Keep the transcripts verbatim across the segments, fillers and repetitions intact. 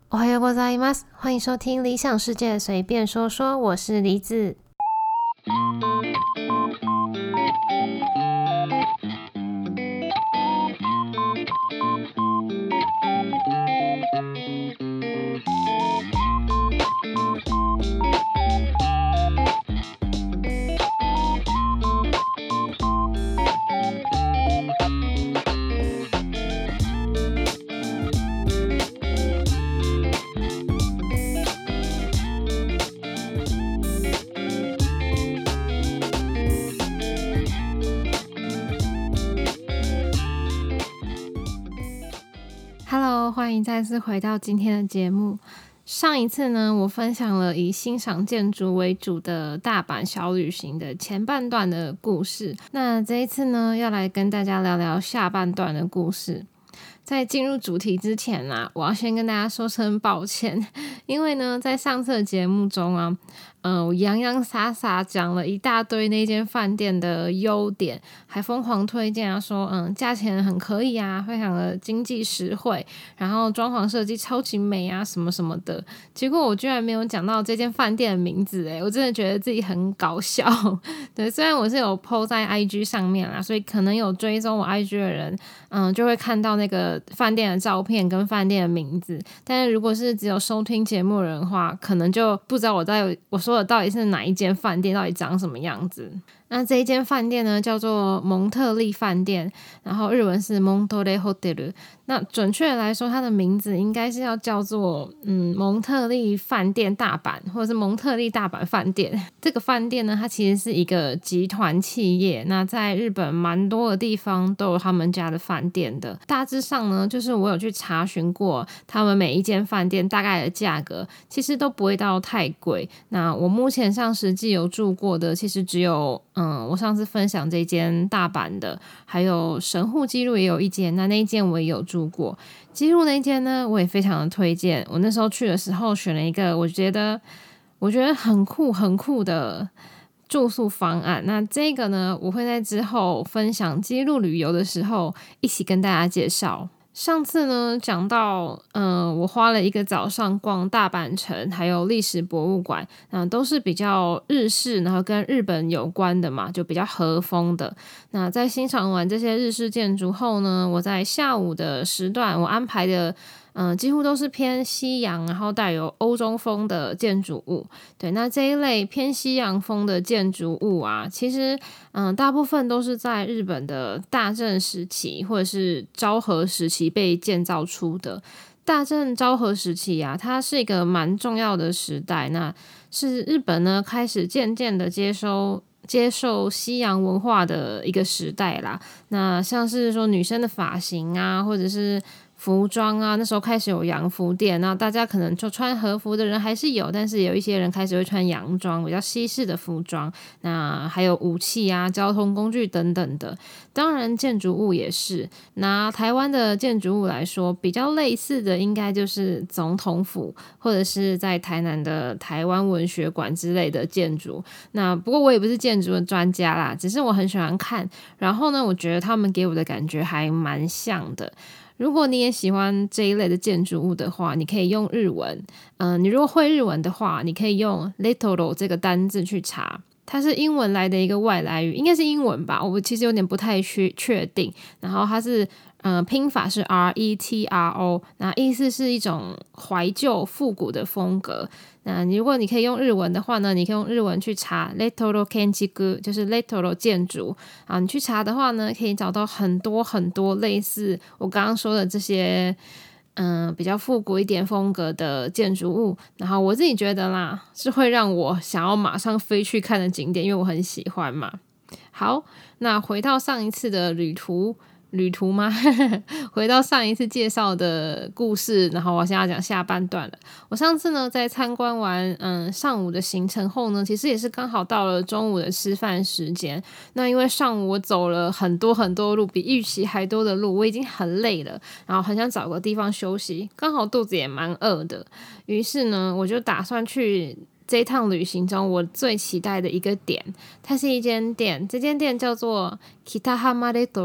おはようございます。欢迎收听理想世界随便说说，我是梨子。Hello， 欢迎再次回到今天的节目。上一次呢，我分享了以欣赏建筑为主的大阪小旅行的前半段的故事。那这一次呢，要来跟大家聊聊下半段的故事。在进入主题之前啊，我要先跟大家说声抱歉，因为呢，在上次的节目中啊，嗯，我洋洋洒洒讲了一大堆那间饭店的优点，还疯狂推荐啊，说嗯，价钱很可以啊，非常的经济实惠，然后装潢设计超级美啊，什么什么的。结果我居然没有讲到这间饭店的名字，诶，我真的觉得自己很搞笑。对，虽然我是有 po 在 I G 上面啦，所以可能有追踪我 I G 的人，嗯，就会看到那个饭店的照片跟饭店的名字。但是如果是只有收听节目的人的话，可能就不知道我在我说的到底是哪一间饭店，到底长什么样子。那这一间饭店呢，叫做蒙特利饭店，然后日文是 Monterey Hotel。那准确的来说，它的名字应该是要叫做嗯蒙特利饭店大阪，或者是蒙特利大阪饭店。这个饭店呢，它其实是一个集团企业，那在日本蛮多的地方都有他们家的饭店的。大致上呢，就是我有去查询过他们每一间饭店大概的价格，其实都不会到太贵。那我目前上实际有住过的，其实只有嗯，我上次分享这间大阪的，还有神户姬路也有一间，那那一间我也有住过。姬路那间呢，我也非常的推荐。我那时候去的时候选了一个我觉得我觉得很酷很酷的住宿方案。那这个呢，我会在之后分享姬路旅游的时候一起跟大家介绍。上次呢讲到嗯、呃，我花了一个早上逛大阪城还有历史博物馆，那都是比较日式，然后跟日本有关的嘛，就比较和风的。那在欣赏完这些日式建筑后呢，我在下午的时段我安排的嗯，几乎都是偏西洋，然后带有欧洲风的建筑物。对，那这一类偏西洋风的建筑物啊，其实嗯，大部分都是在日本的大正时期或者是昭和时期被建造出的。大正昭和时期啊，它是一个蛮重要的时代，那是日本呢开始渐渐的接收接受西洋文化的一个时代啦。那像是说女生的发型啊，或者是服装啊，那时候开始有洋服店，那大家可能就穿和服的人还是有，但是有一些人开始会穿洋装，比较西式的服装。那还有武器啊、交通工具等等的，当然建筑物也是。拿台湾的建筑物来说，比较类似的应该就是总统府，或者是在台南的台湾文学馆之类的建筑。那不过我也不是建筑的专家啦，只是我很喜欢看，然后呢，我觉得他们给我的感觉还蛮像的。如果你也喜欢这一类的建筑物的话，你可以用日文，嗯、呃，你如果会日文的话，你可以用 Retro 这个单字去查，它是英文来的一个外来语，应该是英文吧，我其实有点不太确确定。然后它是呃拼法是 R E T R O， 那意思是一种怀旧复古的风格。那如果你可以用日文的话呢，你可以用日文去查 Retro Kenchiku， 就是 Retro 建筑啊。你去查的话呢，可以找到很多很多类似我刚刚说的这些嗯比较复古一点风格的建筑物。然后我自己觉得啦，是会让我想要马上飞去看的景点，因为我很喜欢嘛。好，那回到上一次的旅途。旅途吗？回到上一次介绍的故事，然后我现在要讲下半段了。我上次呢在参观完嗯上午的行程后呢，其实也是刚好到了中午的吃饭时间。那因为上午我走了很多很多路，比预期还多的路，我已经很累了，然后很想找个地方休息，刚好肚子也蛮饿的。于是呢，我就打算去这一趟旅行中我最期待的一个点，它是一间店，这间店叫做 Kitahama Retro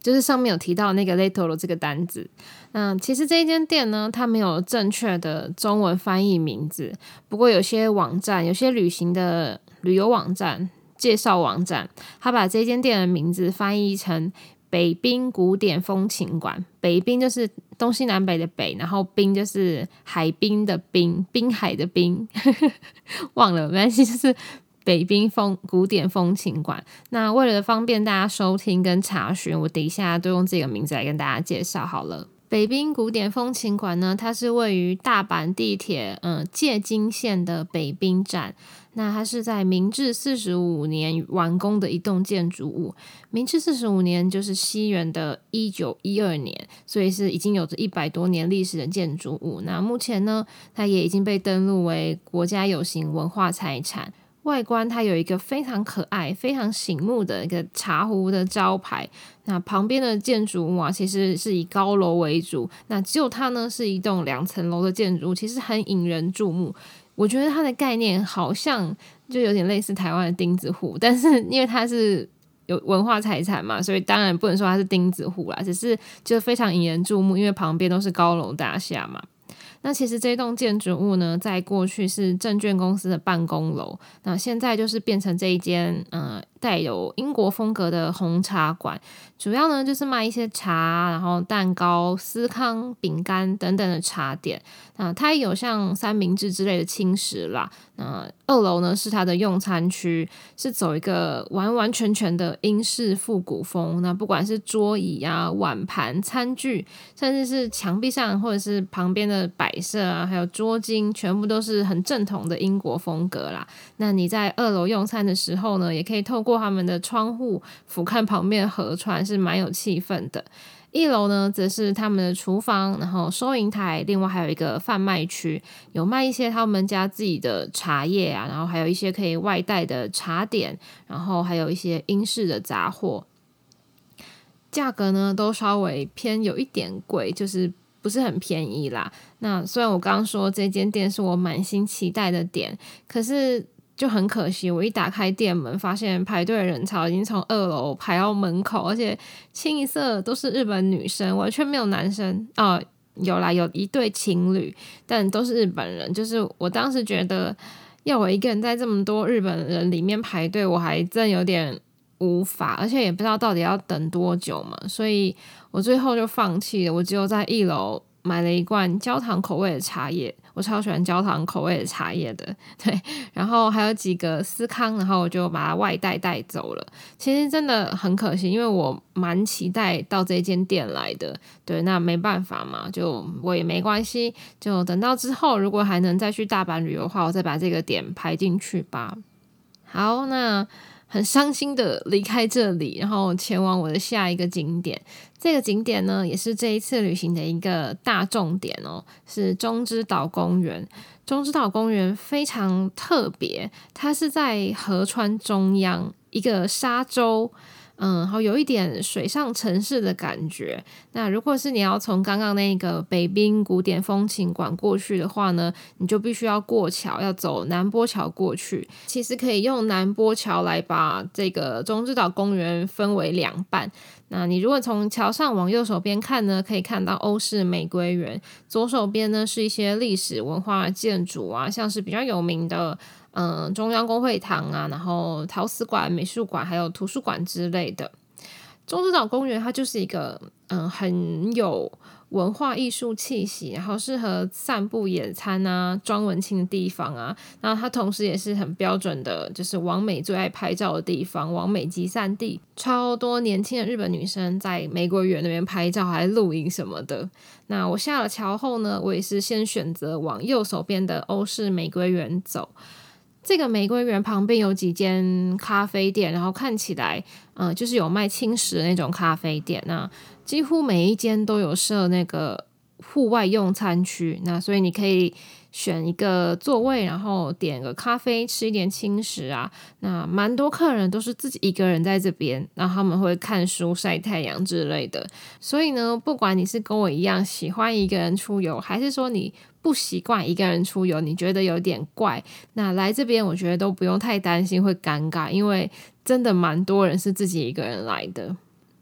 就是上面有提到那个 Letoro 这个单字。那其实这一间店呢，它没有正确的中文翻译名字，不过有些网站，有些旅行的旅游网站、介绍网站，它把这间店的名字翻译成北滨古典风情馆。北滨就是东西南北的北，然后滨就是海滨的滨，滨海的滨忘了没关系，就是北滨风古典风情馆。那为了方便大家收听跟查询，我等一下都用这个名字来跟大家介绍好了。北滨古典风情馆呢，它是位于大阪地铁嗯介津线的北滨站。那它是在明治四十五年完工的一栋建筑物。明治四十五年就是西元的一九一二年，所以是已经有着一百多年历史的建筑物。那目前呢，它也已经被登录为国家有形文化财产。外观它有一个非常可爱非常醒目的一个茶壶的招牌，那旁边的建筑物啊其实是以高楼为主，那只有它呢是一栋两层楼的建筑物，其实很引人注目。我觉得它的概念好像就有点类似台湾的钉子户，但是因为它是有文化财产嘛，所以当然不能说它是钉子户啦，只是就非常引人注目，因为旁边都是高楼大厦嘛。那其实这栋建筑物呢，在过去是证券公司的办公楼，那现在就是变成这一间呃带有英国风格的红茶馆，主要呢就是卖一些茶，然后蛋糕、司康、饼干等等的茶点。那它也有像三明治之类的轻食啦。那二楼呢是它的用餐区，是走一个完完全全的英式复古风。那不管是桌椅啊、碗盘、餐具，甚至是墙壁上或者是旁边的摆设啊，还有桌巾，全部都是很正统的英国风格啦。那你在二楼用餐的时候呢，也可以透过他们的窗户俯瞰旁边的河川，是蛮有气氛的。一楼呢则是他们的厨房，然后收银台，另外还有一个贩卖区，有卖一些他们家自己的茶叶啊，然后还有一些可以外带的茶点，然后还有一些英式的杂货。价格呢都稍微偏有一点贵，就是不是很便宜啦。那虽然我刚刚说这间店是我满心期待的店，可是就很可惜，我一打开店门，发现排队的人潮已经从二楼排到门口，而且清一色都是日本女生，完全没有男生哦、呃，有啦，有一对情侣，但都是日本人。就是我当时觉得，要我一个人在这么多日本人里面排队，我还真有点无法，而且也不知道到底要等多久嘛，所以我最后就放弃了。我只有在一楼买了一罐焦糖口味的茶叶，我超喜欢焦糖口味的茶叶的，对，然后还有几个司康，然后我就把它外带带走了。其实真的很可惜，因为我蛮期待到这间店来的，对，那没办法嘛，就我也没关系，就等到之后如果还能再去大阪旅游的话，我再把这个点排进去吧。好，那很伤心的离开这里，然后前往我的下一个景点。这个景点呢，也是这一次旅行的一个大重点哦，是中之岛公园。中之岛公园非常特别，它是在河川中央一个沙洲。嗯，好，有一点水上城市的感觉。那如果是你要从刚刚那个北滨古典风情馆过去的话呢，你就必须要过桥，要走南波桥过去。其实可以用南波桥来把这个中之岛公园分为两半。那你如果从桥上往右手边看呢，可以看到欧式玫瑰园，左手边呢是一些历史文化建筑啊，像是比较有名的嗯，中央公会堂啊，然后陶瓷馆、美术馆还有图书馆之类的。中之岛公园它就是一个嗯很有文化艺术气息，然后适合散步野餐啊、装文青的地方啊。然后它同时也是很标准的，就是网美最爱拍照的地方，网美集散地。超多年轻的日本女生在玫瑰园那边拍照，还录影什么的。那我下了桥后呢，我也是先选择往右手边的欧式玫瑰园走。这个玫瑰园旁边有几间咖啡店，然后看起来呃，就是有卖轻食的那种咖啡店，那几乎每一间都有设那个户外用餐区，那所以你可以选一个座位，然后点个咖啡，吃一点轻食啊。那蛮多客人都是自己一个人在这边，然后他们会看书、晒太阳之类的。所以呢，不管你是跟我一样喜欢一个人出游，还是说你不习惯一个人出游，你觉得有点怪，那来这边我觉得都不用太担心会尴尬，因为真的蛮多人是自己一个人来的。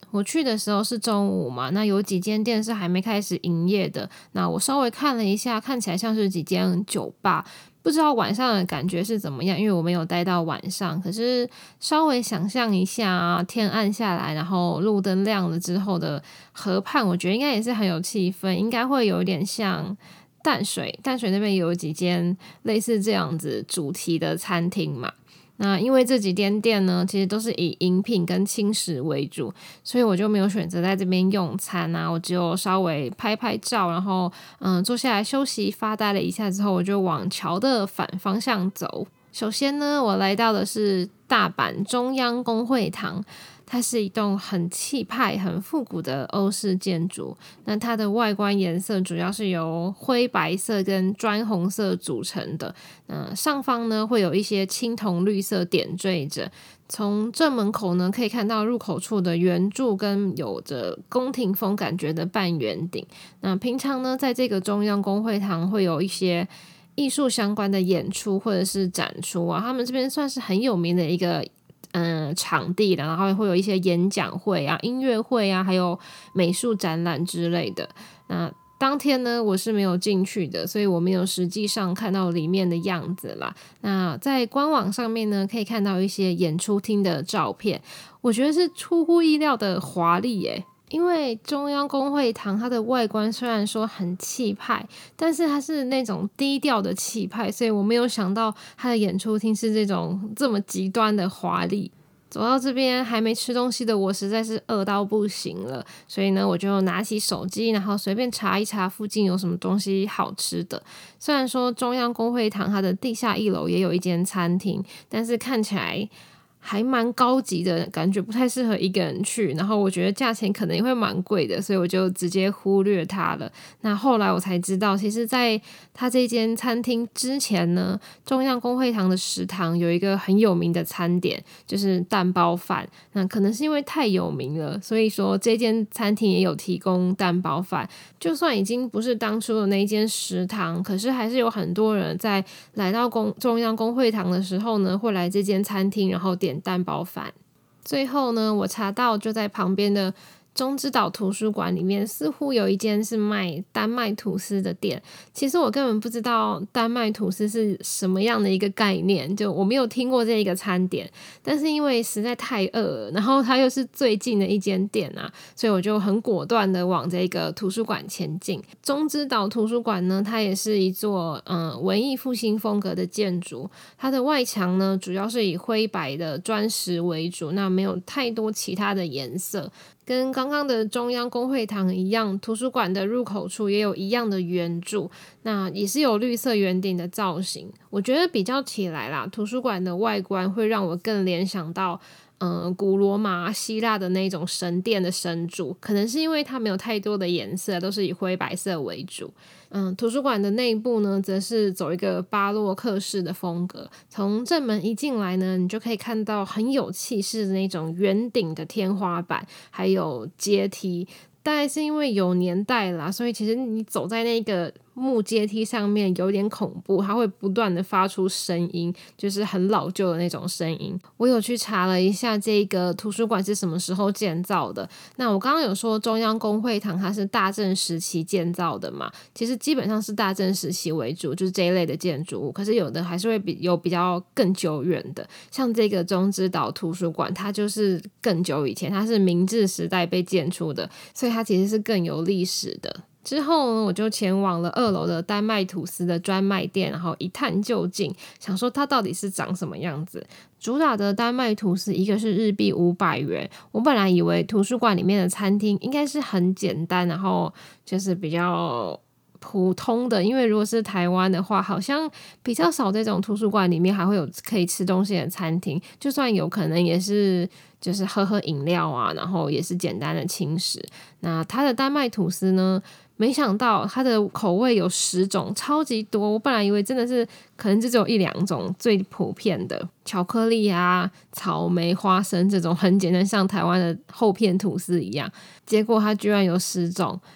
我去的时候是中午嘛，那有几间店是还没开始营业的，那我稍微看了一下，看起来像是几间酒吧，不知道晚上的感觉是怎么样，因为我没有待到晚上，可是稍微想象一下啊，天暗下来，然后路灯亮了之后的河畔，我觉得应该也是很有气氛，应该会有点像淡水，淡水那边有几间类似这样子主题的餐厅嘛。那因为这几间店呢，其实都是以饮品跟轻食为主，所以我就没有选择在这边用餐啊，我只有稍微拍拍照，然后嗯坐下来休息发呆了一下之后，我就往桥的反方向走。首先呢，我来到的是大阪中央公会堂，它是一栋很气派、很复古的欧式建筑。那它的外观颜色主要是由灰白色跟砖红色组成的。那上方呢会有一些青铜绿色点缀着。从正门口呢可以看到入口处的圆柱跟有着宫廷风感觉的半圆顶。那平常呢，在这个中央公会堂会有一些艺术相关的演出或者是展出啊，他们这边算是很有名的一个嗯场地的，然后会有一些演讲会啊、音乐会啊，还有美术展览之类的。那当天呢，我是没有进去的，所以我没有实际上看到里面的样子啦。那在官网上面呢，可以看到一些演出厅的照片，我觉得是出乎意料的华丽耶。因为中央公会堂它的外观虽然说很气派，但是它是那种低调的气派，所以我没有想到它的演出厅是这种这么极端的华丽。走到这边还没吃东西的我实在是饿到不行了，所以呢我就拿起手机，然后随便查一查附近有什么东西好吃的。虽然说中央公会堂它的地下一楼也有一间餐厅，但是看起来还蛮高级的，感觉不太适合一个人去，然后我觉得价钱可能也会蛮贵的，所以我就直接忽略它了。那后来我才知道，其实在它这间餐厅之前呢，中央公会堂的食堂有一个很有名的餐点，就是蛋包饭。那可能是因为太有名了，所以说这间餐厅也有提供蛋包饭。就算已经不是当初的那一间食堂，可是还是有很多人在来到公中央公会堂的时候呢，会来这间餐厅，然后点蛋包饭。最后呢，我查到就在旁边的中之岛图书馆里面似乎有一间是卖丹麦吐司的店。其实我根本不知道丹麦吐司是什么样的一个概念，就我没有听过这一个餐点，但是因为实在太饿了，然后它又是最近的一间店啊，所以我就很果断的往这个图书馆前进。中之岛图书馆呢，它也是一座嗯文艺复兴风格的建筑，它的外墙呢主要是以灰白的砖石为主，那没有太多其他的颜色。跟刚刚的中央公会堂一样，图书馆的入口处也有一样的圆柱，那也是有绿色圆顶的造型。我觉得比较起来啦，图书馆的外观会让我更联想到嗯，古罗马、希腊的那种神殿的神柱，可能是因为它没有太多的颜色，都是以灰白色为主。嗯，图书馆的内部呢，则是走一个巴洛克式的风格。从正门一进来呢，你就可以看到很有气势的那种圆顶的天花板，还有阶梯。大概是因为有年代啦，所以其实你走在那个木阶梯上面有点恐怖，它会不断的发出声音，就是很老旧的那种声音。我有去查了一下这个图书馆是什么时候建造的，那我刚刚有说中央公会堂它是大正时期建造的嘛，其实基本上是大正时期为主，就是这一类的建筑物，可是有的还是会比有比较更久远的，像这个中之岛图书馆它就是更久以前，它是明治时代被建出的，所以它其实是更有历史的。之后呢，我就前往了二楼的丹麦吐司的专卖店，然后一探究竟，想说它到底是长什么样子。主打的丹麦吐司一个是日币五百元，我本来以为图书馆里面的餐厅应该是很简单，然后就是比较普通的，因为如果是台湾的话，好像比较少这种图书馆里面还会有可以吃东西的餐厅，就算有可能也是就是喝喝饮料啊，然后也是简单的轻食。那它的丹麦吐司呢，没想到它的口味有十种，超级多。我本来以为真的是可能就只有一两种最普遍的，巧克力啊、草莓、花生这种很简单，像台湾的厚片吐司一样，结果它居然有十种。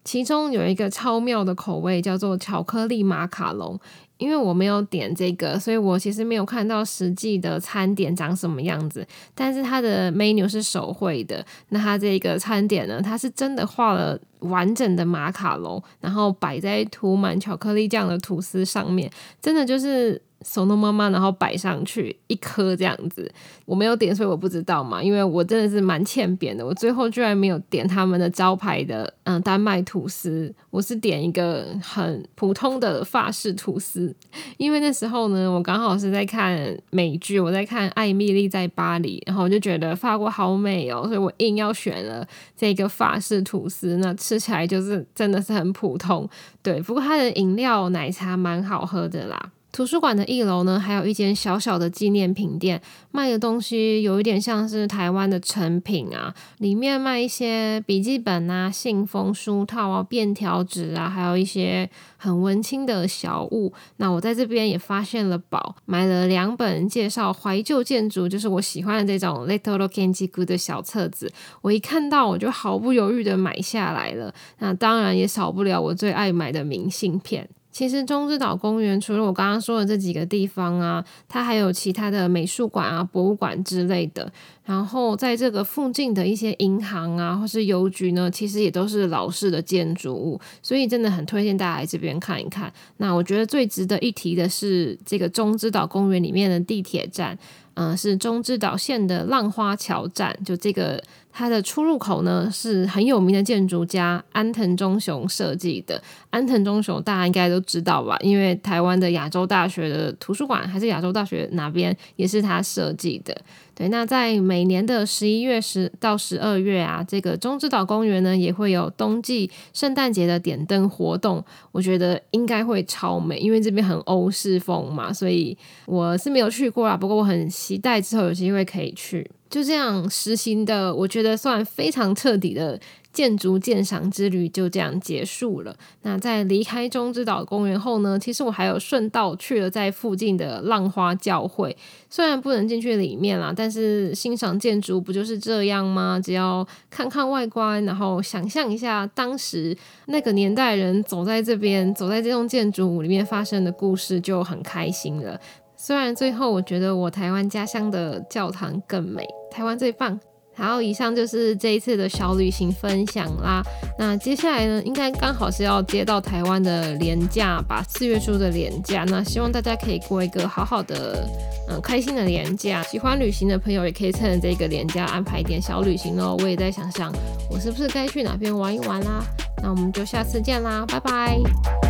其中有一个超妙的口味叫做巧克力马卡龙。因为我没有点这个，所以我其实没有看到实际的餐点长什么样子，但是它的 menu 是手绘的。那它这个餐点呢，它是真的画了完整的马卡龙，然后摆在涂满巧克力酱的吐司上面，真的就是手弄妈妈，然后摆上去一颗这样子。我没有点，所以我不知道嘛，因为我真的是蛮欠扁的，我最后居然没有点他们的招牌的嗯丹麦吐司，我是点一个很普通的法式吐司。因为那时候呢，我刚好是在看美剧，我在看《艾蜜莉在巴黎》，然后我就觉得法国好美哦，所以我硬要选了这个法式吐司。那吃起来就是真的是很普通，对，不过它的饮料奶茶蛮好喝的啦。图书馆的一楼呢，还有一间小小的纪念品店，卖的东西有一点像是台湾的成品啊，里面卖一些笔记本啊、信封、书套啊、便条纸啊，还有一些很文青的小物。那我在这边也发现了宝，买了两本介绍怀旧建筑，就是我喜欢的这种 Lettoro Kenjiku 的小册子，我一看到我就毫不犹豫的买下来了。那当然也少不了我最爱买的明信片。其实中之岛公园除了我刚刚说的这几个地方啊，它还有其他的美术馆啊、博物馆之类的。然后在这个附近的一些银行啊或是邮局呢，其实也都是老式的建筑物，所以真的很推荐大家来这边看一看。那我觉得最值得一提的是这个中之岛公园里面的地铁站，嗯、呃，是中之岛线的浪花桥站，就这个它的出入口呢是很有名的建筑家安藤忠雄设计的。安藤忠雄大家应该都知道吧，因为台湾的亚洲大学的图书馆还是亚洲大学哪边也是他设计的。对，那在每年的十一月十到十二月啊，这个中之岛公园呢也会有冬季圣诞节的点灯活动，我觉得应该会超美，因为这边很欧式风嘛，所以我是没有去过啦，不过我很期待之后有机会可以去。就这样实行的，我觉得算非常彻底的建筑鉴赏之旅就这样结束了。那在离开中之岛公园后呢，其实我还有顺道去了在附近的浪花教会，虽然不能进去里面啦，但是欣赏建筑不就是这样吗？只要看看外观，然后想象一下当时那个年代人走在这边，走在这栋建筑物里面发生的故事，就很开心了。虽然最后我觉得我台湾家乡的教堂更美，台湾最棒。好，以上就是这一次的小旅行分享啦。那接下来呢，应该刚好是要接到台湾的连假吧，四月初的连假。那希望大家可以过一个好好的、嗯、开心的连假。喜欢旅行的朋友也可以趁这个连假安排一点小旅行哦。我也在想想，我是不是该去哪边玩一玩啦。那我们就下次见啦，拜拜。